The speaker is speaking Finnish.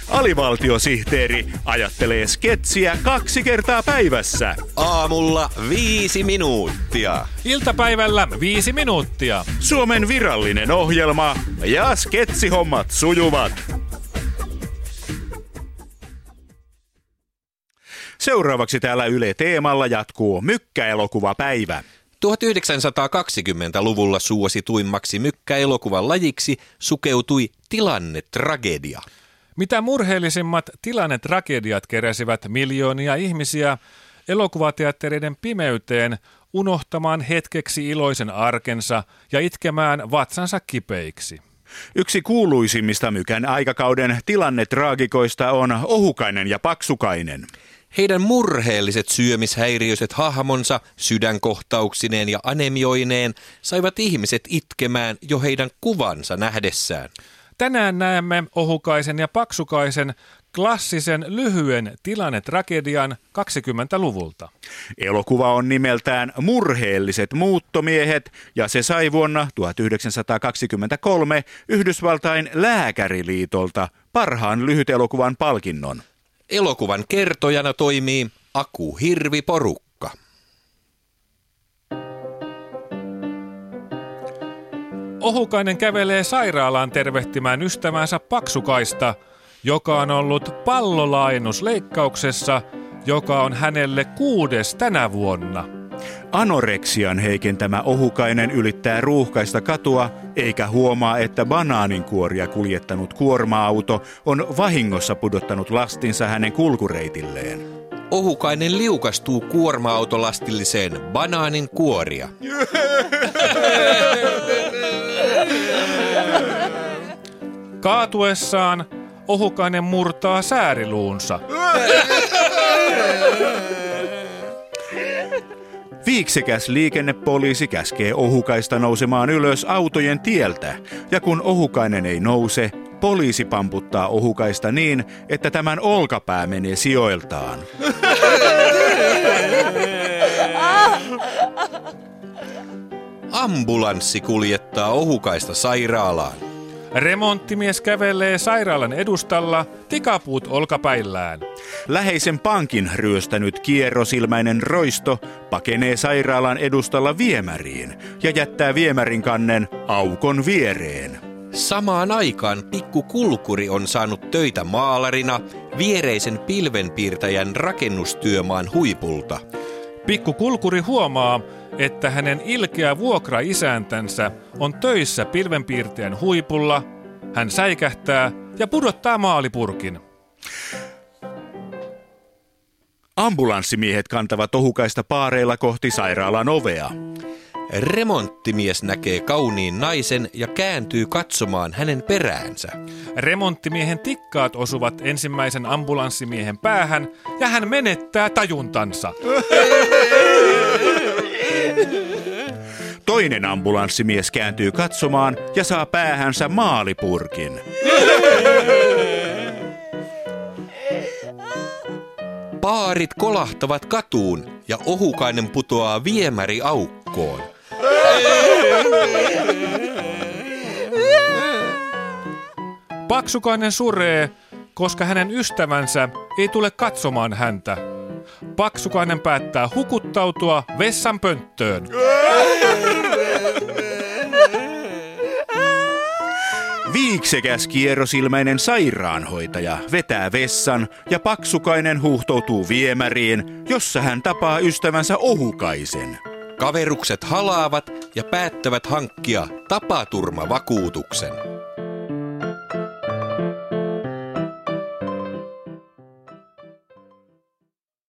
Alivaltiosihteeri ajattelee sketsiä 2 kertaa päivässä. Aamulla 5 minuuttia. Iltapäivällä 5 minuuttia. Suomen virallinen ohjelma ja sketsihommat sujuvat. Seuraavaksi täällä Yle Teemalla jatkuu mykkäelokuvapäivä. 1920-luvulla suosituimmaksi mykkäelokuvan lajiksi sukeutui tilannetragedia. Mitä murheellisimmat tilannetragediat keräsivät miljoonia ihmisiä elokuvateattereiden pimeyteen unohtamaan hetkeksi iloisen arkensa ja itkemään vatsansa kipeiksi. Yksi kuuluisimmista mykän aikakauden tilannetraagikoista on Ohukainen ja Paksukainen. Heidän murheelliset syömishäiriöiset hahmonsa sydänkohtauksineen ja anemioineen saivat ihmiset itkemään jo heidän kuvansa nähdessään. Tänään näemme Ohukaisen ja Paksukaisen klassisen lyhyen tilannetragedian 20-luvulta. Elokuva on nimeltään Murheelliset muuttomiehet ja se sai vuonna 1923 Yhdysvaltain lääkäriliitolta parhaan lyhytelokuvan palkinnon. Elokuvan kertojana toimii Aku Hirvi-porukka. Ohukainen kävelee sairaalaan tervehtimään ystävänsä Paksukaista, joka on ollut pallolaajennusleikkauksessa, joka on hänelle 6. tänä vuonna. Anoreksian heikentämä Ohukainen ylittää ruuhkaista katua, eikä huomaa, että banaaninkuoria kuljettanut kuorma-auto on vahingossa pudottanut lastinsa hänen kulkureitilleen. Ohukainen liukastuu kuorma-autolastilliseen banaaninkuoria. Kaatuessaan Ohukainen murtaa sääriluunsa. Viiksekäs liikennepoliisi käskee Ohukaista nousemaan ylös autojen tieltä, ja kun Ohukainen ei nouse, poliisi pamputtaa Ohukaista niin, että tämän olkapää menee sijoiltaan. Ambulanssi kuljettaa Ohukaista sairaalaan. Remonttimies kävelee sairaalan edustalla, tikapuut olkapäillään. Läheisen pankin ryöstänyt kierrosilmäinen roisto pakenee sairaalan edustalla viemäriin ja jättää viemärin kannen aukon viereen. Samaan aikaan Pikku Kulkuri on saanut töitä maalarina viereisen pilvenpiirtäjän rakennustyömaan huipulta. Pikku Kulkuri huomaa, että hänen ilkeä vuokraisäntänsä on töissä pilvenpiirtäjän huipulla. Hän säikähtää ja pudottaa maalipurkin. Ambulanssimiehet kantavat Ohukaista paareilla kohti sairaalan ovea. Remonttimies näkee kauniin naisen ja kääntyy katsomaan hänen peräänsä. Remonttimiehen tikkaat osuvat ensimmäisen ambulanssimiehen päähän ja hän menettää tajuntansa. Toinen ambulanssimies kääntyy katsomaan ja saa päähänsä maalipurkin. Paarit kolahtavat katuun ja Ohukainen putoaa viemäriaukkoon. Paksukainen suree, koska hänen ystävänsä ei tule katsomaan häntä. Paksukainen päättää hukuttautua vessanpönttöön. Viiksekäs kierrosilmäinen sairaanhoitaja vetää vessan ja Paksukainen huuhtoutuu viemäriin, jossa hän tapaa ystävänsä Ohukaisen. Kaverukset halaavat ja päättävät hankkia tapaturmavakuutuksen.